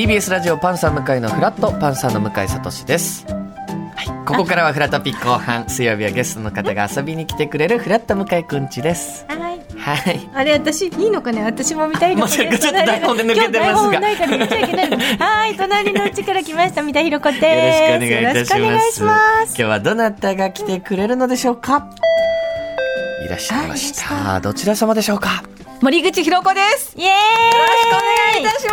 TBS ラジオパンサー向井のフラット、パンサーの向井聡です。はい、ここからはフラトピ後半、水曜日はゲストの方が遊びに来てくれるフラット向井くんちです。はい、 あれ私いいのかね、私も見たいのかね。 ちょっと台本で抜けてますが、 今日台本ないから言っちゃいけないの。はい、隣のうちから来ました三田寛子です。 よろしくお願いいたします。今日はどなたが来てくれるのでしょうか。いらっしゃいました。どちら様でしょうか。 森口博子です。イエーイ、よろしくお願いいたします。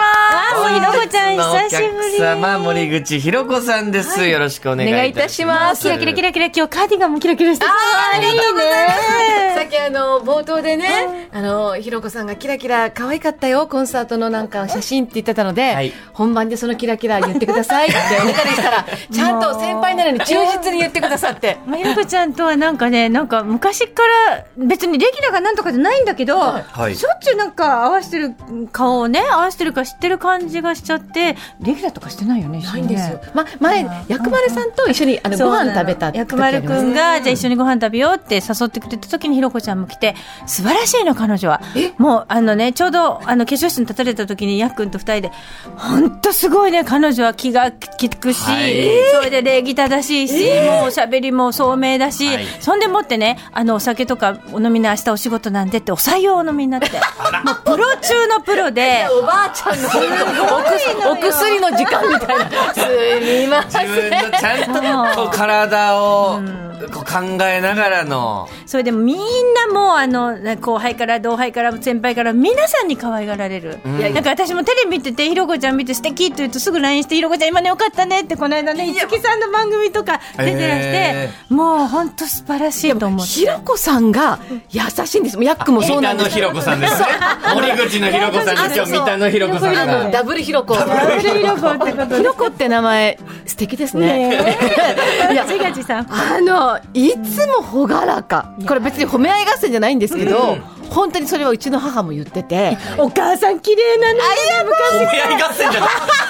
もうひろこちゃん久しぶり。 お客様森口博子さんです、はい、よろしくお願いいたします。 キラキラキラキラ、今日カーディガンもキラキラしてありがとうございます。さっき冒頭でね、ひろこさんがキラキラ可愛かったよ、コンサートのなんか写真って言ってたので、はい、本番でそのキラキラ言ってくださいってお願いしたらちゃんと先輩なのに忠実に言ってくださって、 ひろこちゃんとはなんかね、なんか昔から別にレギュラーがなんとかじゃないんだけど、はい、しょっちゅうなんか合わせてる顔をね、合わせてるか知ってる感じがしちゃって、レギュラーとかしてないよね。 ないんですよ。前薬丸さんと一緒にご飯食べたって薬丸くんがじゃあ一緒にご飯食べようって誘ってくれた時にひろこちゃんも来て、素晴らしいの彼女は。もうね、ちょうど化粧室に立たれた時にやっくんと二人で本当すごいね、彼女は気が利くし、はい、それで礼儀正しいし、もうおしゃべりも聡明だし、はい、そんでもってね、お酒とかお飲みの明日お仕事なんでってお採用お飲みになってもうプロ中のプロでおばあちゃんのお薬の時間みたいなすみません、 自分のちゃんと体をこう考えながらの、 それでみんなもう後輩から同輩から先輩から皆さんに可愛がられる、なんか私もテレビ見ててひろこちゃん見て素敵って言うとすぐ LINE してひろこちゃん今ねよかったねってこの間ね五木さんの番組とか出てらして、もう本当素晴らしいと思って。 ひろこさんが優しいんです。ヤックもそうなんです。 三田のひろこさんですね。森口のひろこさんですよ。三田のひろこさんがダブルひろこ。 ダブルひろこってことで。 ひろこって名前素敵ですね。 いや、自画自賛。 いつも朗らか。これ別に褒め合い合戦じゃないんですけど、本当にそれはうちの母も言ってて、 お母さん綺麗なの。 褒め合い合戦じゃない。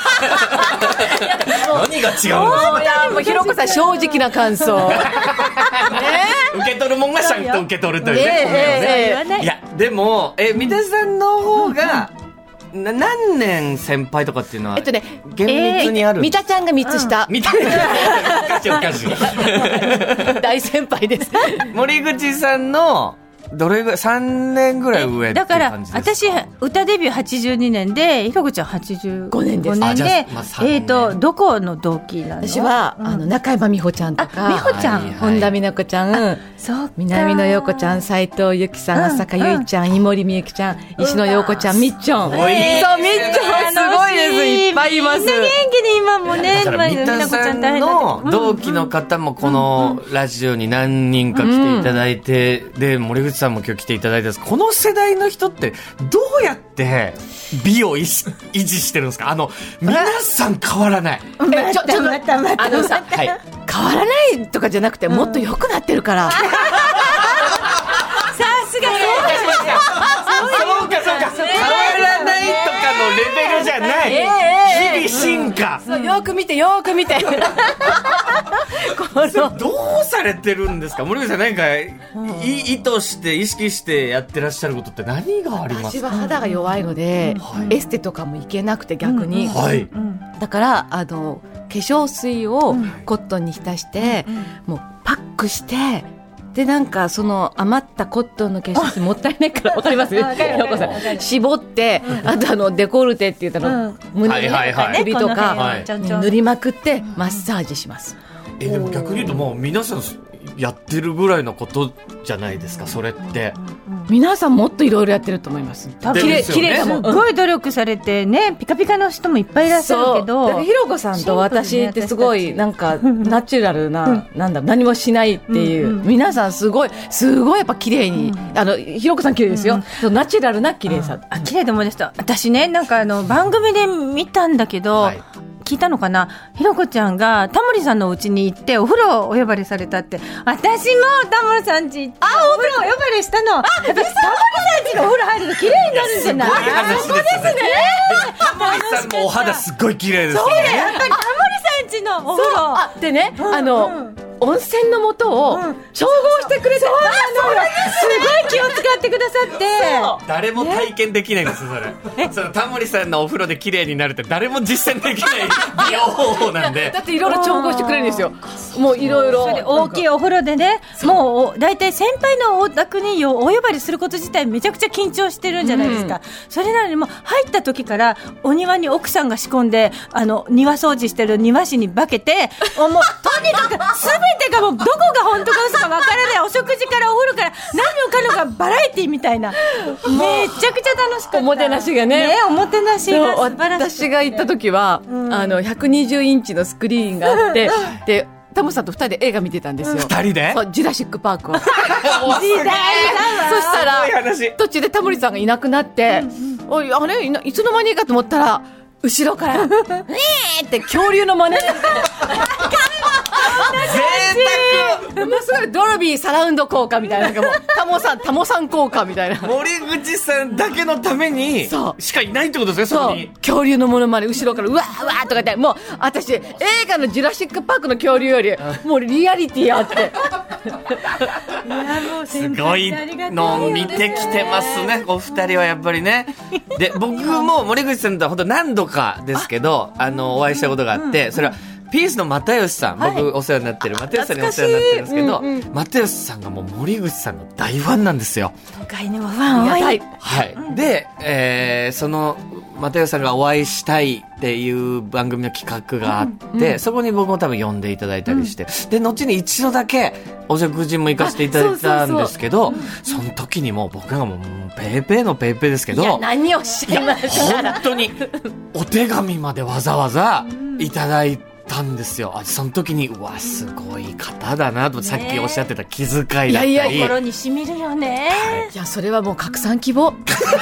何が違うんですか。 もうひろこさん正直な感想。 受け取るもんがちゃんと受け取るというね。いやでも三田さんの方が何年先輩とかっていうのは厳密にある。 三田ちゃんが3つ下。 三田おかしい大先輩です。 森口さんのどれぐらい3年ぐらい上っていう感じですか。 だから私歌デビュー82年でひろこちゃん85年で、どこの同期なの。 私は中山美穂ちゃんとか美穂ちゃん、 本田美奈子ちゃん、南野陽子ちゃん、斉藤由貴さん、浅香唯ちゃん、井森美幸ちゃん、石野陽子ちゃん、みっちょん。そう、みっちょんすごいです。いっぱいいます。 みんな元気に今もね。 だから三田さんの同期の方もこのラジオに何人か来ていただいて、で森口さんも今日来ていただいたんです。この世代の人ってどうやって美を維持してるんですか。皆さん変わらない。 また変わらないとかじゃなくて、もっと良くなってるから。さすがそうか変わらないとかのレベルじゃない、日々進化。 よく見てどうされてるんですか。森口さん何か意図して意識してやってらっしゃることって何がありますか。 私は肌が弱いので、エステとかも行けなくて逆に、だから化粧水をコットンに浸して、もうパックしてでなんかその余ったコットンの化粧水もったいないからわかります絞ってあとデコルテって言ったら胸に首とか塗りまくってマッサージします。 でも逆に言うともう皆さんやってるぐらいのことじゃないですか。それって皆さんもっといろいろやってると思います。 綺麗だもん。すごい努力されてね、ピカピカの人もいっぱいいらっしゃるけど、 ひろこさんと私ってすごいなんかナチュラルな、何もしないっていう、皆さんすごいやっぱ綺麗に、ひろこさん綺麗ですよ、ナチュラルな綺麗さ。 綺麗と思いました。私ね、なんか番組で見たんだけど、聞いたのかな、ひろこちゃんがタモリさんのお家に行ってお風呂をお呼ばれされたって。私もタモリさん家行ってお風呂をお呼ばれしたの。タモリさん家のお風呂入ると綺麗になるんじゃない。 そこですね。タモリさんもお肌すっごい綺麗ですね。 そうだよ、やっぱりタモリさん家のお風呂でね、 温泉の素を調合してくれて、すごい気を使ってくださって、 誰も体験できないんですよそれ。そのタモリさんのお風呂で綺麗になるって誰も実践できない美容方法なんで。 だっていろいろ調合してくれるんですよ。もういろいろ大きいお風呂でね、もう大体先輩のお宅にお呼ばれすること自体めちゃくちゃ緊張してるんじゃないですか、それなのにもう入った時からお庭に奥さんが仕込んで庭掃除してる庭師に化けて、もうとにかく全てがもうどこが本当か嘘か分からない、お食事からお風呂から何をかのがバラエティみたいな、めちゃくちゃ楽しかった。 おもてなしがね、 おもてなしが素晴らしい。 私が行った時は、120インチのスクリーンがあってでタモさんと2人で映画見てたんですよ。 2人で？ そう、ジュラシックパークを。 時代だわ。 そしたら途中でタモリさんがいなくなって、おいあれいつの間にかと思ったら後ろからって恐竜の真似で贅もうすごいドルビーサラウンド効果みたいな、もうタモさん効果みたいな。 沢。森口さんだけのためにしかいないってことですね、そこに。 恐竜のものまで後ろからうわーうわーとか言って、もう私映画のジュラシックパークの恐竜よりもうリアリティあって、 いやもうすごいのを見てきてますね、お二人はやっぱりね。で、僕も森口さんとは本当何度かですけど、お会いしたことがあって、それはピースの又吉さん、僕お世話になってる又吉さんにお世話になってるんですけど、又吉さんがもう森口さんの大ファンなんですよ。 都会にもファン多い。 はい。で、その又吉さんがお会いしたいっていう番組の企画があって、そこに僕も多分呼んでいただいたりして、で後に一度だけお食事も行かせていただいたんですけど、その時にもう僕がもうペーペーのペーペーですけど、 いや何をおっしゃいましたら、 本当にお手紙までわざわざいただいたんですよ。その時にうわすごい方だなと、さっきおっしゃってた気遣いだったり、 心に染みるよね。 いやそれはもう拡散希望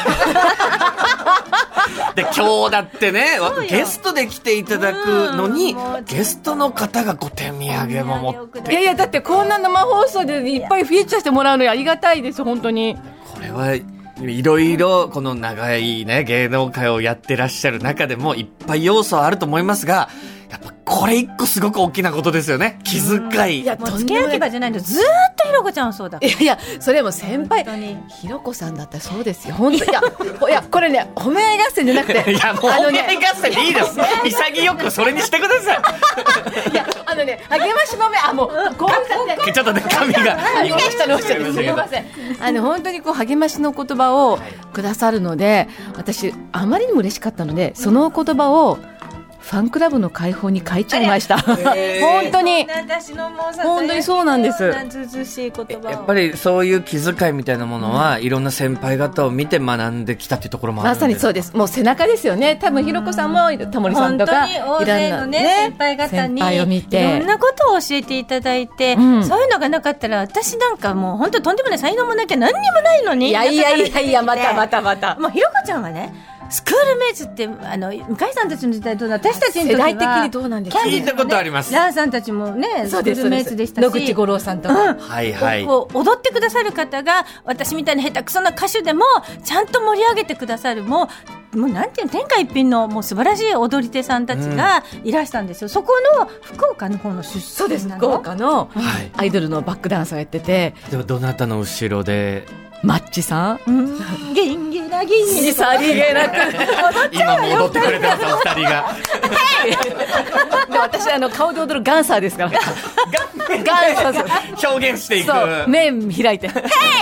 で今日だってねゲストで来ていただくのに、ゲストの方が手土産も持って、 いやだってこんな生放送でいっぱいフィーチャーしてもらうのありがたいです本当に。 これはいろいろこの長いね芸能界をやってらっしゃる中でもいっぱい要素はあると思いますが、やっぱこれ一個すごく大きなことですよね、気遣い。 いやもう付け焼き場じゃないの、ずーっとひろこちゃんはそうだ。 いやそれも先輩ひろこさんだったらそうですよ本当に。いやこれね褒め合い合戦じゃなくていやもう褒め合い合戦でいいです、潔くそれにしてください。 いや励まし褒めもうこうちょっとね髪が今下のすみません。本当に励ましの言葉をくださるので、私あまりにも嬉しかったので、その言葉をファンクラブの開放に書いちゃいました。本当に本当にそうなんです。 涼しい言葉をやっぱりそういう気遣いみたいなものは、いろんな先輩方を見て学んできたっていうところもあるんで。 まさにそうです。もう背中ですよね。多分ひろこさんもタモリさんとか本当に大勢の先輩方に先輩を見ていろんなことを教えていただいて、そういうのがなかったら私なんかもう本当とんでもない才能もなきゃ何にもないのに。 いやまたもうひろこちゃんはね、スクールメイツって向井さんたちの時代どうな、私たちの時は世代的にどうなんですか。 聞いたことあります。 ラーさんたちもねスクールメイツでしたし、 野口五郎さんとか、 はいはい、 こう踊ってくださる方が私みたいな下手くそな歌手でもちゃんと盛り上げてくださる、もうなんていうの、天下一品のもう素晴らしい踊り手さんたちがいらしたんですよ。そこの福岡の方の出身なの。 そうです、福岡のアイドルのバックダンサーをやってて、 でもどなたの後ろでマッチさん、 ギンギラギンギさりげなく今も踊ってくれてますお二人が。 で私顔で踊るガンサーですから。ガンサー表現していく。 そう面開いて。 で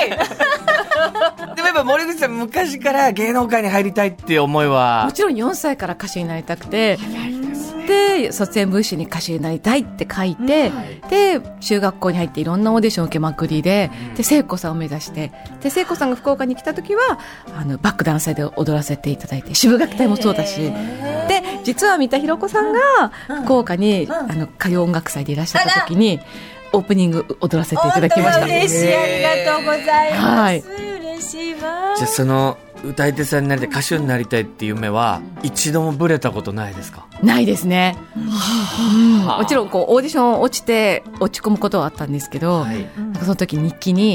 もやっぱ森口さん昔から芸能界に入りたいっていう思いは。 もちろん4歳から歌手になりたくて、で卒園文集に歌手になりたいって書いて、で中学校に入っていろんなオーディションを受けまくりで、聖子さんを目指して、で聖子さんが福岡に来た時はバックダンサーで踊らせていただいて、渋楽隊もそうだし、で実は三田寛子さんが福岡に歌謡音楽祭でいらっしゃった時にオープニング踊らせていただきました。 嬉しい、ありがとうございます、 はい、 嬉しいわ。 じゃあその歌い手さんになりたい、歌手になりたいっていう夢は一度もブレたことないですか？ ないですね。もちろんオーディション落ちて落ち込むことはあったんですけど、その時日記に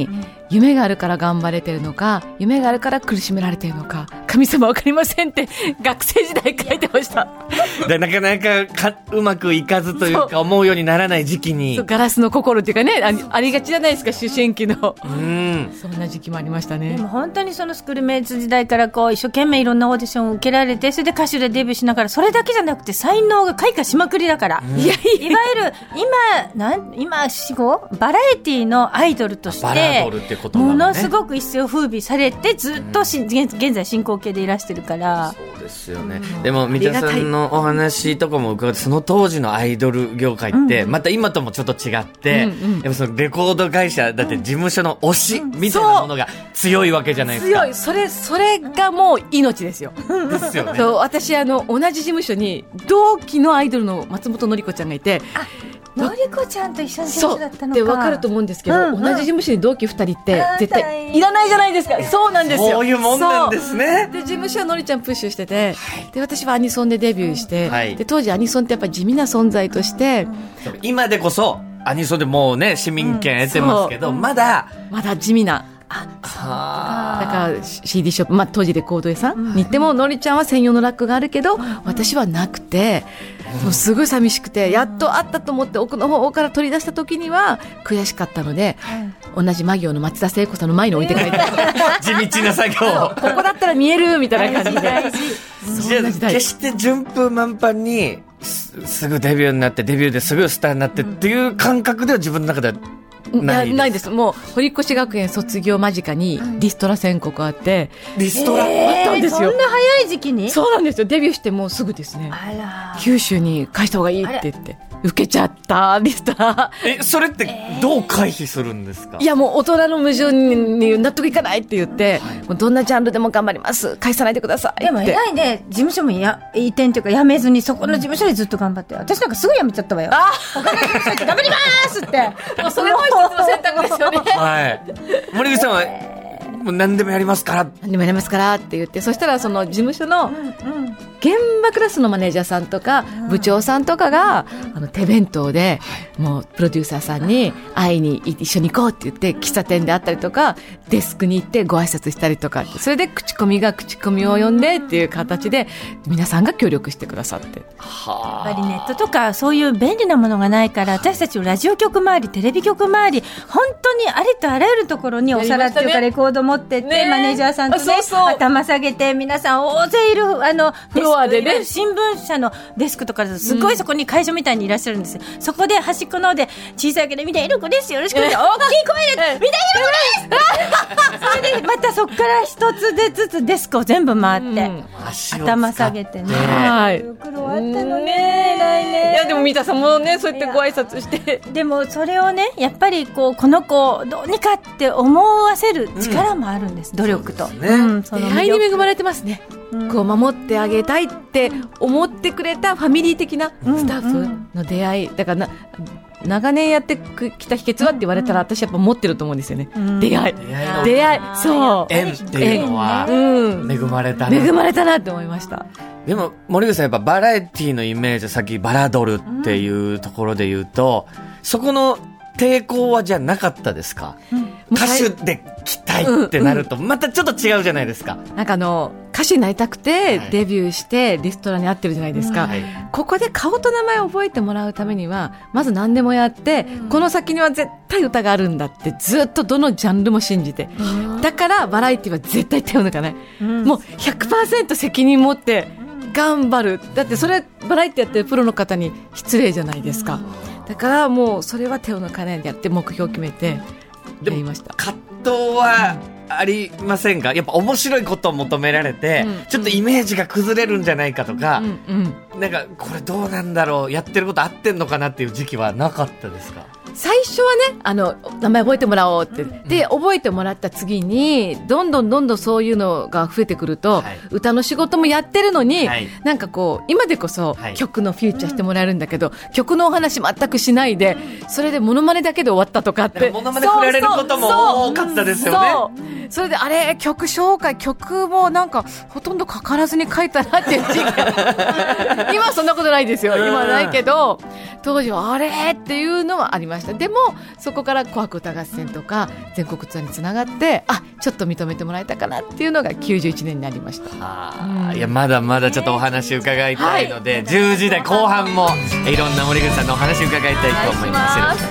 夢があるから頑張れてるのか、夢があるから苦しめられてるのか、神様わかりませんって学生時代書いてました。 でなかなかうまくいかずというか思うようにならない時期に、 ガラスの心っていうかね、ありがちじゃないですか、思春期の。そんな時期もありましたね。 でも本当にそのスクールメイツ時代からこう一生懸命いろんなオーディションを受けられて、それで歌手でデビューしながら、それだけじゃなくて才能が開花しまくりだから、いわゆる今死後バラエティのアイドルとしてものすごく一世を風靡されて、ずっと現在進行形でいらしてるから。 そうですよね。でも三田さんのお話とかも伺って、その当時のアイドル業界ってまた今ともちょっと違って、やっぱそのレコード会社だって事務所の推しみたいなものが強いわけじゃないですか。 強い。それがもう命ですよ。 ですよね。 そう、私同じ事務所に同期のアイドルの松本紀子ちゃんがいて、 のりこちゃんと一緒に事務所だったのか。 で分かると思うんですけど、同じ事務所に同期2人って絶対いらないじゃないですか。そうなんですよ。 そういうもんなんですね。 で事務所はのりちゃんプッシュしてて、で私はアニソンでデビューして、で当時アニソンってやっぱり地味な存在として、 今でこそアニソンでもうね市民権得てますけど、まだ地味な。だから CD ショップ、当時レコード屋さんに行っても、のりちゃんは専用のラックがあるけど私はなくて、もうすごい寂しくて、やっとあったと思って奥の方から取り出した時には悔しかったので、同じ魔行の松田聖子さんの前に置いて帰って地道な作業ここだったら見えるみたいな感じで決して順風満帆にすぐデビューになって、デビューですぐスターになってっていう感覚では自分の中ではないです。もう堀越学園卒業間近にリストラ宣告あって、 リストラあったんですよ。そんな早い時期に。 そうなんですよ。デビューしてもうすぐですね。九州に返した方がいいって言って受けちゃったリストラ。 それってどう回避するんですか？ いやもう大人の矛盾に納得いかないって言って、もうどんなジャンルでも頑張ります、返さないでくださいって。 でも偉いね、事務所も移転というか辞めずにそこの事務所でずっと頑張って、私なんかすぐ辞めちゃったわよ。他の事務所で頑張りますってもうそれも一つの選択ですよね。 はい。森口さんはもう何でもやりますから何でもやりますからって言って、そしたらその事務所の現場クラスのマネージャーさんとか部長さんとかが手弁当でもうプロデューサーさんに会いに一緒に行こうって言って、喫茶店で会ったりとかデスクに行ってご挨拶したりとか、それで口コミが口コミを呼んでっていう形で皆さんが協力してくださって、 やっぱりネットとかそういう便利なものがないから、私たちラジオ局周りテレビ局周り本当にありとあらゆるところにお皿っていうかレコード持ってって、マネージャーさんとね頭下げて皆さん大勢いるフロアでね、 新聞社のデスクとかすごいそこに会場みたいにいらっしゃるんですよ。そこで端っこの方で小さいけど見ている子ですよろしくお願いします、大きい声で見ている子ですそれでまたそこから一つずつデスクを全部回って、頭下げてね、苦労あったのね、来年。 いやでも三田さんもねそうやってご挨拶して、 でもそれをねやっぱりこの子どうにかって思わせる力もあるんです、努力と。 その出会いに恵まれてますね。こう守ってあげたいって思ってくれたファミリー的なスタッフの出会いだから長年やってきた秘訣はって言われたら、私やっぱ持ってると思うんですよね。出会いそう縁っていうのは恵まれたなって思いました。 でも森口さんやっぱバラエティのイメージ、さっきバラドルっていうところで言うと、そこの抵抗はじゃなかったですか？歌手で来たいってなるとまたちょっと違うじゃないですか。 なんか歌手になりたくてデビューしてリストラに合ってるじゃないですか、ここで顔と名前を覚えてもらうためにはまず何でもやって、この先には絶対歌があるんだってずっとどのジャンルも信じて、だからバラエティは絶対手を抜かない、もう 100% 責任持って頑張る。だってそれバラエティやってるプロの方に失礼じゃないですか。だからもうそれは手を抜かないでやって目標を決めてやりました。 葛藤はありませんか？やっぱ面白いことを求められて、ちょっとイメージが崩れるんじゃないかとか、なんかこれどうなんだろう、やってること合ってんのかなっていう時期はなかったですか？ 最初はね名前覚えてもらおうって、で覚えてもらった次にどんどんそういうのが増えてくると、歌の仕事もやってるのに、なんかこう今でこそ曲のフューチャーしてもらえるんだけど、曲のお話全くしないでそれでモノマネだけで終わったとかって、 モノマネ振られることも多かったですよね。 それであれ曲紹介曲もなんかほとんどかからずに書いたなっていう時期今はそんなことないですよ、今はないけど当時はあれっていうのはありました。 した。でもそこから紅白歌合戦とか全国ツアーにつながって、ちょっと認めてもらえたかなっていうのが91年になりました。 いや、まだまだちょっとお話伺いたいので、10時台後半もいろんな森口さんのお話伺いたいと思います。よろしくお願いします。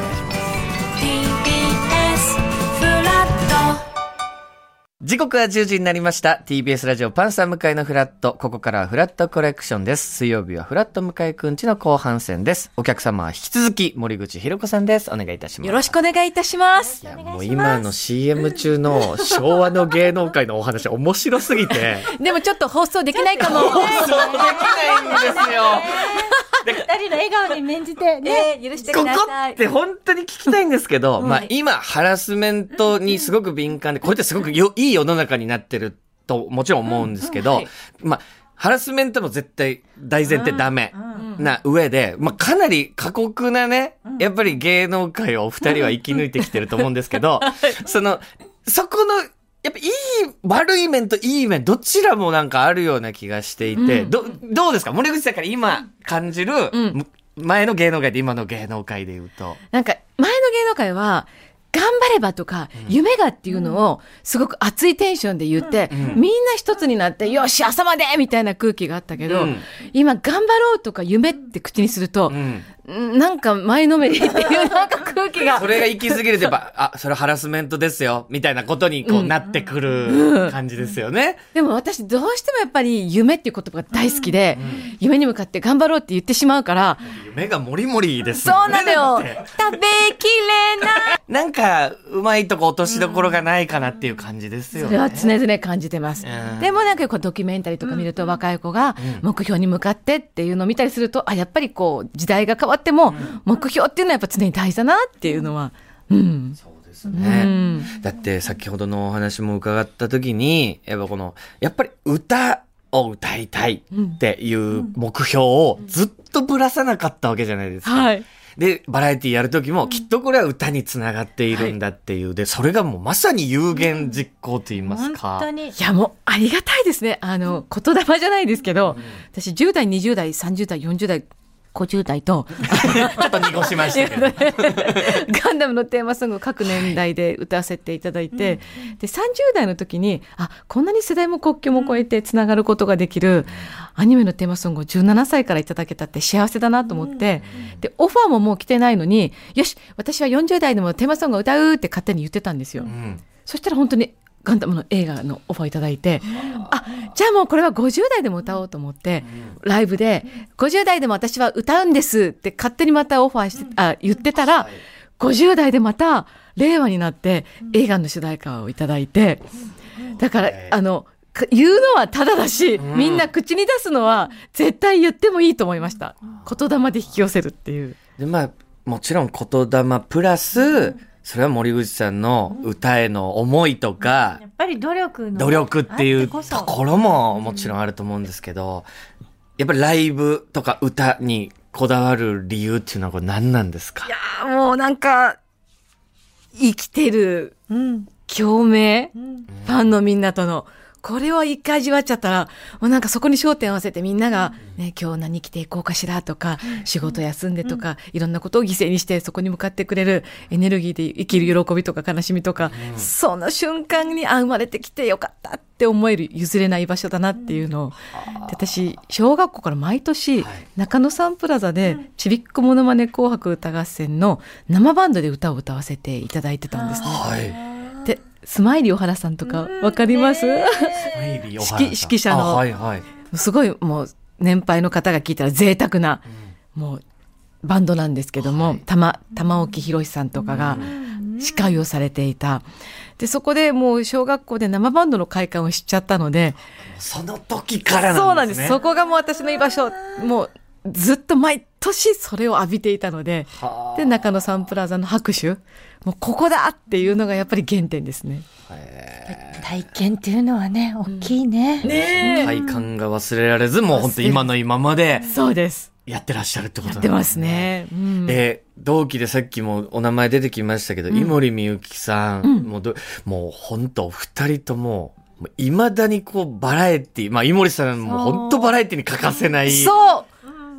時刻は10時になりました。 TBS ラジオパンサー向井のフラット。ここからはフラットコレクションです。水曜日はフラット向井くんちの後半戦です。お客様は引き続き森口博子さんです。お願いいたします。 よろしくお願いいたします。 いや、もう今の CM 中の昭和の芸能界のお話面白すぎてでもちょっと放送できないかも。 放送できないんですよ二人の笑顔に免じてね、 許してください。 ここって本当に聞きたいんですけど、今ハラスメントにすごく敏感で、これってすごくいい世の中になってるともちろん思うんですけど、ハラスメントも絶対大前提ダメな上で、かなり過酷なね、やっぱり芸能界をお二人は生き抜いてきてると思うんですけど、そこのやっぱ悪い面といい面どちらもなんかあるような気がしていて、どうですか森口さんから今感じる、前の芸能界で今の芸能界で言うと、 なんか前の芸能界は頑張ればとか、夢がっていうのをすごく熱いテンションで言って、みんな一つになってよし朝までみたいな空気があったけど、今頑張ろうとか夢って口にすると、なんか前のめりっていうなんか空気がそれが行き過ぎるとやっぱそれハラスメントですよみたいなことにこうなってくる感じですよね。 でも私どうしてもやっぱり夢っていう言葉が大好きで、夢に向かって頑張ろうって言ってしまうから、 夢がもりもりですよね。 そうなのよ。食べきれないなんかうまいとこ落としどころがないかなっていう感じですよね。 それは常々感じてます。でもなんかこうドキュメンタリーとか見ると、若い子が目標に向かってっていうのを見たりすると、やっぱりこう時代が変わっても目標っていうのはやっぱ常に大事だなっていうのは、 そうですね。だって先ほどのお話も伺った時にやっぱり歌を歌いたいっていう目標をずっとぶらさなかったわけじゃないですか。で、バラエティやるときも、きっとこれは歌につながっているんだっていう。で、それがもうまさに有言実行と言いますか。 本当に。 いや、もうありがたいですね。言霊じゃないですけど、私10代、20代、30代、40代、50代とちょっと濁しましたけどガンダムのテーマソングを各年代で歌わせていただいて、で30代の時にこんなに世代も国境も超えてつながることができるアニメのテーマソングを17歳からいただけたって幸せだなと思って、でオファーももう来てないのに、よし私は40代でもテーマソングを歌うって勝手に言ってたんですよ。そしたら本当にガンダムの映画のオファーいただいて、じゃあもうこれは50代でも歌おうと思って、ライブで50代でも私は歌うんですって勝手にまたオファーして言ってたら、50代でまた令和になって映画の主題歌をいただいて、だから言うのはただだし、みんな口に出すのは絶対言ってもいいと思いました。言霊で引き寄せるっていう。 でもちろん言霊プラス、それは森口さんの歌への思いとか、 やっぱり努力っていうところももちろんあると思うんですけど、やっぱりライブとか歌にこだわる理由っていうのはこれ何なんですか？ いやもうなんか生きてる共鳴、ファンのみんなとのこれを一回味わっちゃったら、もうなんかそこに焦点を合わせてみんなが、ね、今日何着ていこうかしらとか、仕事休んでとか、いろんなことを犠牲にしてそこに向かってくれるエネルギーで生きる喜びとか悲しみとか、その瞬間に生まれてきてよかったって思える譲れない場所だなっていうのを、で私小学校から毎年中野サンプラザでちびっこものまね紅白歌合戦の生バンドで歌を歌わせていただいてたんですね。でスマイリー小原さんとかわかります？スマイリー小原さん、 指揮者の、すごいもう年配の方が聞いたら贅沢な、もうバンドなんですけども、玉置宏さんとかが司会をされていた。でそこでもう小学校で生バンドの会館を知っちゃったので、 その時からなんですね。 そうなんです。そこがもう私の居場所、もうずっと毎年それを浴びていたので、で中野サンプラザの拍手、もうここだっていうのがやっぱり原点ですね。 体験っていうのはね、大きいね。 体感が忘れられず、もう本当今の今までそうですやってらっしゃるってことなんですね。 やってますね。 同期でさっきもお名前出てきましたけど、井森美幸さん、もう本当二人ともいまだにこうバラエティ、井森さんも本当バラエティに欠かせない。 そう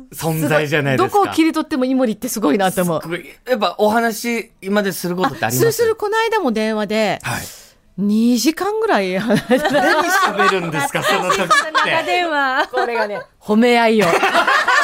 存在じゃないですか。 どこを切り取っても井森ってすごいなと思う。 やっぱお話今ですることってあります？ するこの間も電話で、 はい、 2時間ぐらい何喋るんですかその時って。 長電話。 これがね、褒め合いよ。 でもそれが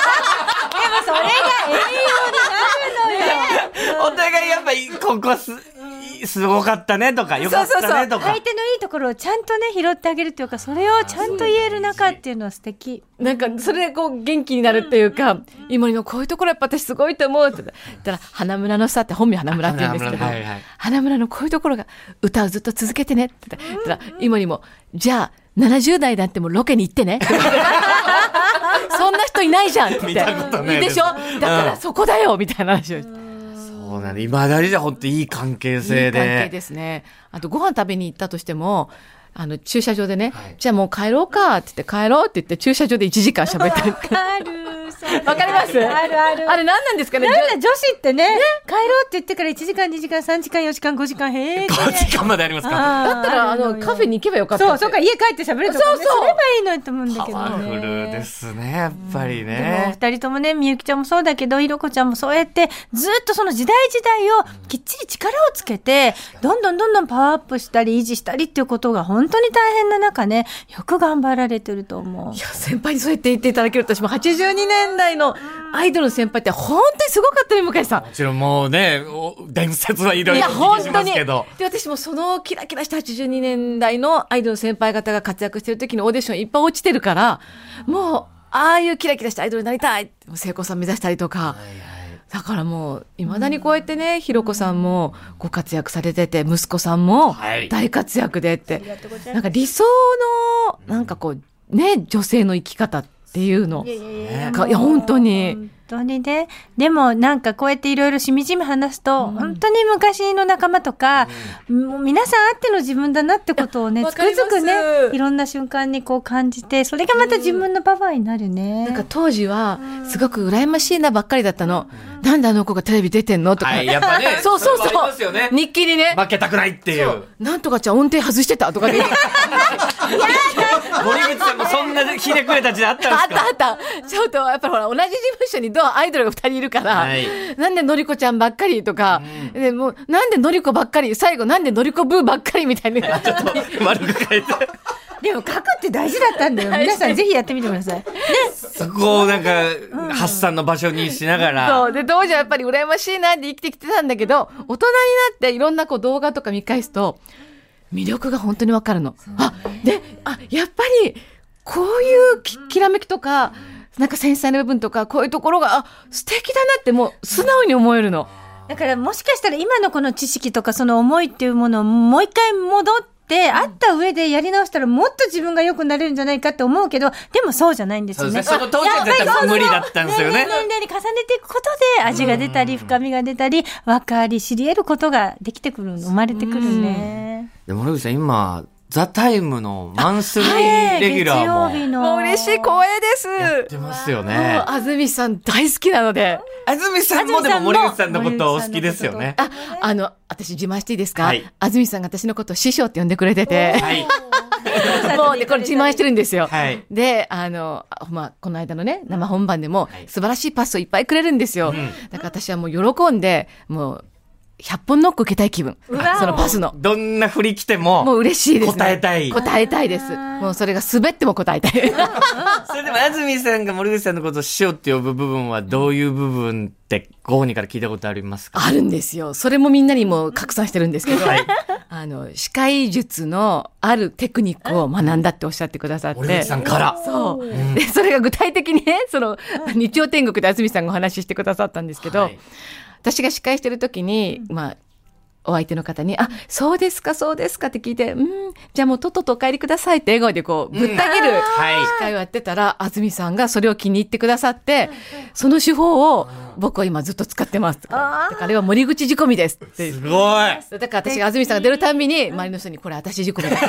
栄養になるのよ。 お互いやっぱりここすごかったねとかよかったねとか、 相手のいいところをちゃんとね拾ってあげるというか、それをちゃんと言える中っていうのは素敵。 なんかそれでこう元気になるっていうか、井森のこういうところやっぱ私すごいと思うって言ったら、花村のさって本名花村って言うんですけど、花村のこういうところが歌をずっと続けてねって言ったら、井森もじゃあ70代だってもロケに行ってねそんな人いないじゃんって言って、 見たことないいいでしょ、だからそこだよみたいな話をして。 そうなんで、今だにじゃ本当いい関係性で。 いい関係ですね。あとご飯食べに行ったとしても、駐車場でね、はい、じゃあもう帰ろうかって言って帰ろうって言って駐車場で1時間喋ってる。わかります？あれ何なんですかね。 なんだ女子ってね、帰ろうって言ってから1時間2時間3時間4時間5時間5 時間までありますか。 だったらカフェに行けばよかった。 そうか、家帰って喋るとかね、そればいいのと思うんだけどね。 パワフルですね、やっぱりね。 でも二人ともね、みゆきちゃんもそうだけどひろこちゃんもそうやってずっとその時代時代をきっちり力をつけてどんどんパワーアップしたり維持したりっていうことが本当に大変な中ね、よく頑張られてると思う。 いや、先輩にそうやって言っていただけると、私も82年代のアイドルの先輩って本当にすごかったね、向井さん。 もちろんもうね、伝説はいろいろ聞きしますけど。 で、私もそのキラキラした82年代のアイドルの先輩方が活躍してる時のオーディションいっぱい落ちてるから、もう、ああいうキラキラしたアイドルになりたい、聖子さん目指したりとか、だからもういまだにこうやってね、ひろこさんもご活躍されてて、息子さんも大活躍でって、なんか理想のなんかこうね、女性の生き方っていうの、いや本当に。 本当にね。でもなんかこうやっていろいろしみじみ話すと、本当に昔の仲間とか、もう皆さんあっての自分だなってことをね、つくづくね、いろんな瞬間にこう感じて、それがまた自分のパワーになるね。 なんか当時はすごく羨ましいなばっかりだったの。なんであの子がテレビ出てんのとか、 やっぱね、 そう、 ね、 日記にね、 負けたくないっていう。 なんとかちゃん音程外してたとかね。 森口さんもそんなひねくれた時代あったんですか？ あった。ちょっとやっぱりほら同じ事務所にアイドルが2人いるから、なんでのりこちゃんばっかりとか、でもうなんでのりこばっかり、最後なんでのりこブーばっかりみたいな。 ちょっと丸く書いて。 でも書くって大事だったんだよ。皆さんぜひやってみてください。ね、 そこをなんか発散の場所にしながら。 そうで、当時はやっぱり羨ましいなって生きてきてたんだけど、大人になっていろんなこう動画とか見返すと魅力が本当にわかるの。やっぱりこういうきらめきとか、なんか繊細な部分とか、こういうところが素敵だなってもう素直に思えるの。 だからもしかしたら今のこの知識とかその思いっていうものをもう一回戻ってあった上でやり直したらもっと自分が良くなれるんじゃないかって思うけど、でもそうじゃないんですよね。 その当時は絶対無理だったんですよね。 年齢に重ねていくことで味が出たり深みが出たり分かり知り得ることができてくる、生まれてくるね。 でも森口さん今ザ・タイムのマンスリーレギュラーも、 月曜日のもう嬉しい光栄です。 やってますよね。 安住さん大好きなので。 安住さんもでも森口さんのことお好きですよね。 私自慢していいですか？ はい、 安住さんが私のことを師匠って呼んでくれてて。 はい。 もうね、これ自慢してるんですよ。 はい、 で、この間のね、生本番でも素晴らしいパスをいっぱいくれるんですよ。だから私はもう喜んで、もう、100本ノック受けたい気分。そのパスの。 どんな振り来ても。 もう嬉しいですね。 答えたい。 答えたいです。もうそれが滑っても答えたい。 それでも安住さんが森口さんのことを師匠って呼ぶ部分はどういう部分ってご本人から聞いたことありますか？ あるんですよ。それもみんなにも拡散してるんですけど、司会術のあるテクニックを学んだっておっしゃってくださって。 森口さんから。 そう。で、それが具体的にね、日曜天国で安住さんがお話ししてくださったんですけど、私が司会してる時に、お相手の方に、そうですかって聞いて、じゃあもうとっととお帰りくださいって笑顔でこう、ぶった切る司会をやってたら、安住さんがそれを気に入ってくださって、その手法を僕は今ずっと使ってます。だからあれは森口仕込みですって。 すごい。 だから私が安住さんが出るたんびに、周りの人にこれ私仕込みだ。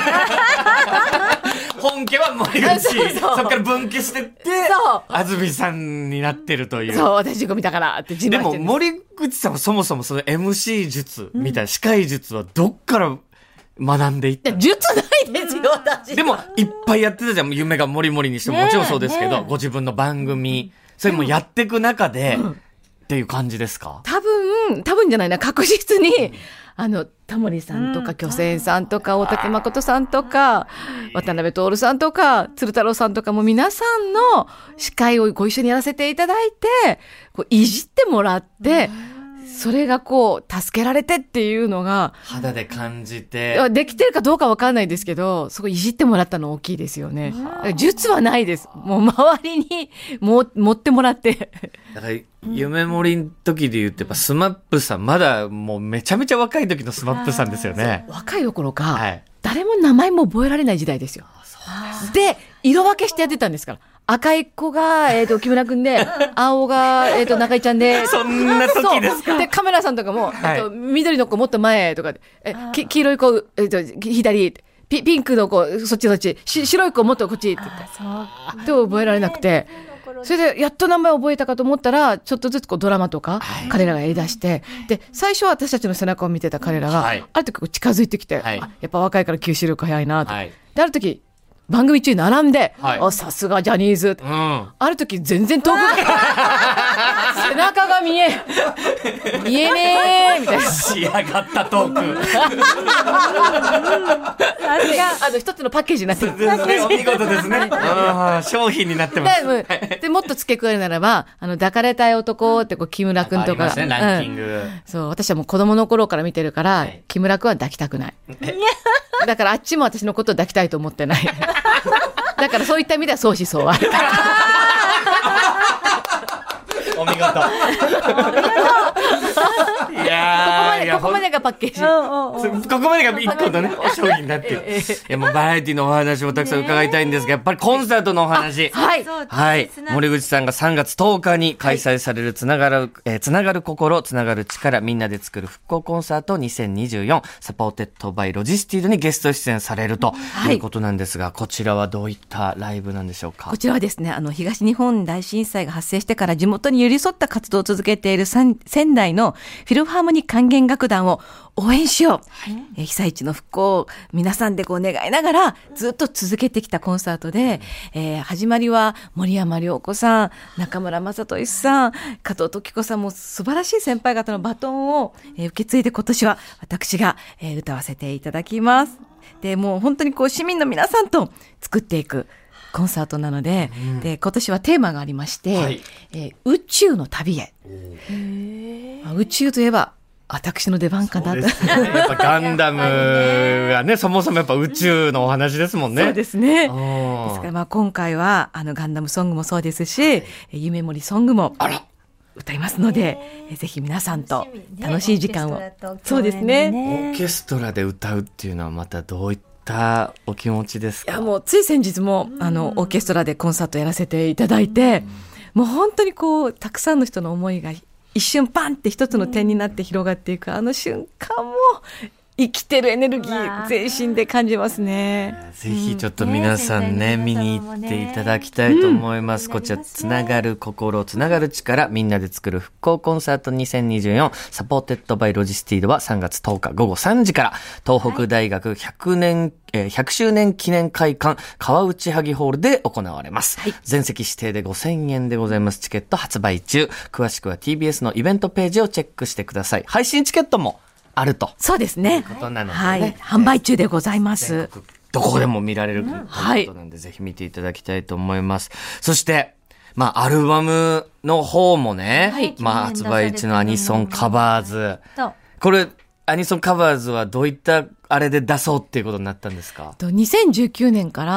本家は森口。そっから分岐してって、安住さんになってるという。 そう、私仕込みだからって自慢してるんです。 でも森口さんはそもそもその MC 術みたいな司会術はどっから学んでいったの？ 術ないですよ、私。 でもいっぱいやってたじゃん。夢がもりもりにしてももちろんそうですけど、ご自分の番組それもやっていく中で、っていう感じですか？ 多分じゃないな、確実に、タモリさんとか、巨泉さんとか、大竹誠さんとか、渡辺徹さんとか、鶴太郎さんとかも皆さんの司会をご一緒にやらせていただいて、こういじってもらって、それがこう、助けられてっていうのが、 肌で感じて。 できてるかどうかわかんないですけど、そこいじってもらったの大きいですよね。術はないです。もう周りに持ってもらって。 だから、夢盛りの時で言うと、やっぱスマップさん、まだもうめちゃめちゃ若い時のスマップさんですよね。 若いどころか、 はい、 誰も名前も覚えられない時代ですよ。で、色分けしてやってたんですから。赤い子が、木村くんで、青が、中井ちゃんで。 そんな時ですか？ で、カメラさんとかも、 はい、 緑の子もっと前とかで、黄色い子、左、ピンクの子、そっち、白い子もっとこっちって言って。で、覚えられなくて。それで、やっと名前覚えたかと思ったら、ちょっとずつこうドラマとか、彼らがやり出して、で、最初は私たちの背中を見てた彼らが、ある時こう近づいてきて、やっぱ若いから吸収力早いなと。で、ある時、番組中に並んで、さすがジャニーズ、ある時全然遠く背中が見えねえみたいな。 仕上がったトーク。 一つのパッケージになってる。 お見事ですね。商品になってます。 で、もっと付け加えるならば、抱かれたい男ってこう、木村くんとか。 ランキング。 そう、私はもう子供の頃から見てるから、木村くんは抱きたくない。だからあっちも私のことを抱きたいと思ってない。だからそういった意味では相思相愛。 お見事。いやここまでがパッケージ。 ここまでが一個のね、商品になってる。もうバラエティのお話もたくさん伺いたいんですが、やっぱりコンサートのお話。はい。森口さんが3月10日に開催されるつながる心、つながる力、みんなで作る復興コンサート2024、サポーテッドバイロジスティードにゲスト出演されるということなんですが、こちらはどういったライブなんでしょうか？ こちらはですね、東日本大震災が発生してから地元に寄り添った活動を続けている仙台のフィルハーモニー管弦楽団を応援しよう、被災地の復興を皆さんでこう願いながらずっと続けてきたコンサートで、始まりは森山良子さん、中村雅俊さん、加藤時子さんも素晴らしい先輩方のバトンを、受け継いで今年は私が、歌わせていただきます。で、もう本当にこう市民の皆さんと作っていくコンサートなので、で今年はテーマがありまして、宇宙の旅へ。宇宙といえば私の出番かなと。 やっぱガンダムがね、そもそもやっぱ宇宙のお話ですもんね。 そうですね。ですから今回はガンダムソングもそうですし、夢盛りソングも歌いますので、ぜひ皆さんと楽しい時間を。そうですね。 オーケストラで歌うっていうのはまたどういったお気持ちですか？ いや、もうつい先日もオーケストラでコンサートやらせていただいて、もう本当にこうたくさんの人の思いが一瞬パンって一つの点になって広がっていくあの瞬間も生きてるエネルギー全身で感じますね。 ぜひちょっと皆さんね、見に行っていただきたいと思います。こちらつながる心、つながる力、みんなで作る復興コンサート2024、サポーテッドバイロジスティードは3月10日午後3時から東北大学100周年記念会館川内萩ホールで行われます。全席指定で5000円でございます。チケット発売中。詳しくは TBS のイベントページをチェックしてください。配信チケットもあると。 そうですね。 ということなので、 はい。販売中でございます。 どこでも見られるということなんで、ぜひ見ていただきたいと思います。そして、アルバムの方もね、発売中のアニソンカバーズ。これ、アニソンカバーズはどういったあれで出そうっていうことになったんですか ？2019年から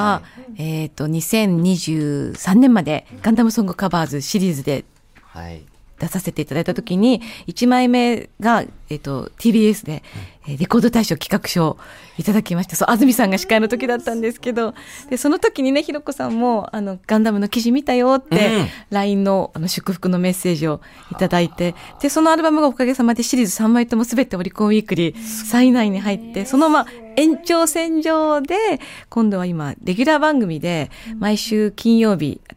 、2023年までガンダムソングカバーズシリーズで、出させていただいたときに、1枚目が、TBS で、レコード大賞企画賞をいただきました。そう、安住さんが司会の時だったんですけど、で、その時にね、ひろこさんも、ガンダムの記事見たよって、LINE の、祝福のメッセージをいただいて、で、そのアルバムがおかげさまでシリーズ3枚ともすべてオリコンウィークリー3位以内に入って、その延長線上で、今度は今、レギュラー番組で、毎週金曜日、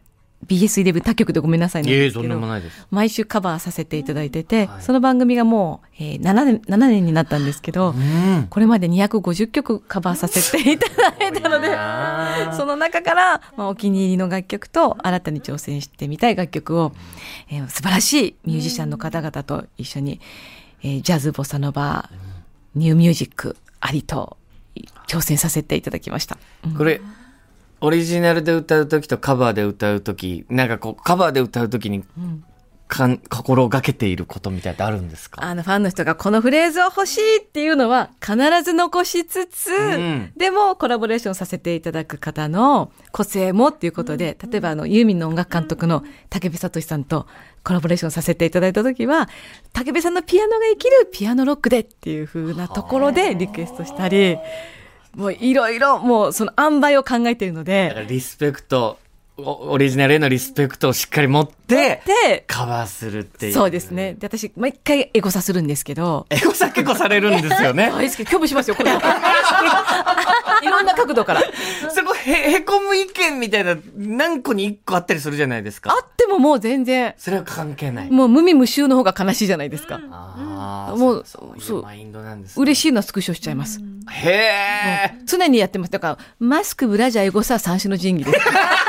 BS11 他局でごめんなさいなんですけど、 とんでもないです。 毎週カバーさせていただいてて、その番組がもう、7年になったんですけど、これまで250曲カバーさせていただいたので、その中から、お気に入りの楽曲と新たに挑戦してみたい楽曲を、素晴らしいミュージシャンの方々と一緒に、ジャズ、ボサノバ、ニューミュージックありと挑戦させていただきました。 これオリジナルで歌うときとカバーで歌うとき、なんかこうカバーで歌うときに、心がけていることみたいなってあるんですか？ ファンの人がこのフレーズを欲しいっていうのは必ず残しつつ、でもコラボレーションさせていただく方の個性もっていうことで、例えばユーミンの音楽監督の武部聡さんとコラボレーションさせていただいたときは、武部さんのピアノが生きるピアノロックでっていう風なところでリクエストしたり、もういろいろもうその塩梅を考えているので、 だからリスペクト、オリジナルへのリスペクトをしっかり持ってカバーするっていう。 そうですね。で、私毎回エゴサするんですけど、 エゴサ結構されるんですよね。 大好き、興味しますよこれ。いろんな角度から。 そこへこむ意見みたいな何個に1個あったりするじゃないですか。 あってももう全然それは関係ない。 もう無味無臭の方が悲しいじゃないですか。 もうそういうマインドなんですね。 嬉しいのはスクショしちゃいます。 へえ。 常にやってます。だからマスク、ブラジャー、エゴサ、三種の神器です。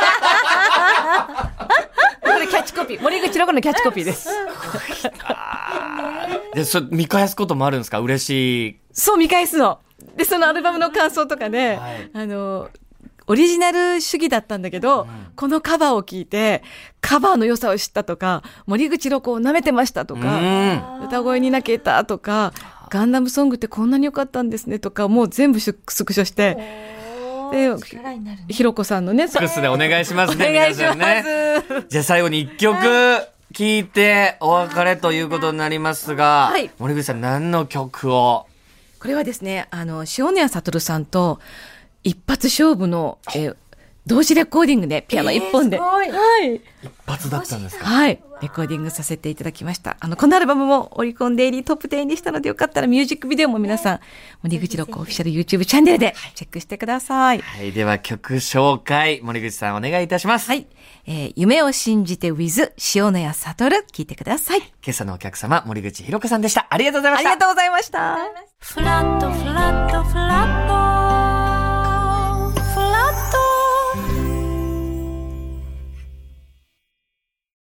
これキャッチコピー、森口ロコのキャッチコピーです。 で、見返すこともあるんですか？嬉しい。 そう、見返すの。で、そのアルバムの感想とかで、オリジナル主義だったんだけど、このカバーを聞いて、カバーの良さを知ったとか、森口ロコを舐めてましたとか、歌声に泣けたとか、ガンダムソングってこんなに良かったんですねとか、もう全部スクショして、で、ひろこさんのね、 スクスでお願いしますね。 お願いします。 じゃあ最後に一曲聴いてお別れということになりますが、はい、森口さん何の曲を？ これはですね、塩谷悟さんと一発勝負の、同時レコーディングでピアノ一本で、 はい、 一発だったんですか？ はい、レコーディングさせていただきました。このアルバムもオリコンデイリートップ10にしたので、よかったらミュージックビデオも皆さん森口ロコオフィシャル YouTube チャンネルでチェックしてください。 はい、では曲紹介森口さんお願いいたします。 はい、夢を信じて with 塩谷悟、聞いてください。 今朝のお客様森口博子さんでした。ありがとうございました。 ありがとうございました。 フラットフラットフラット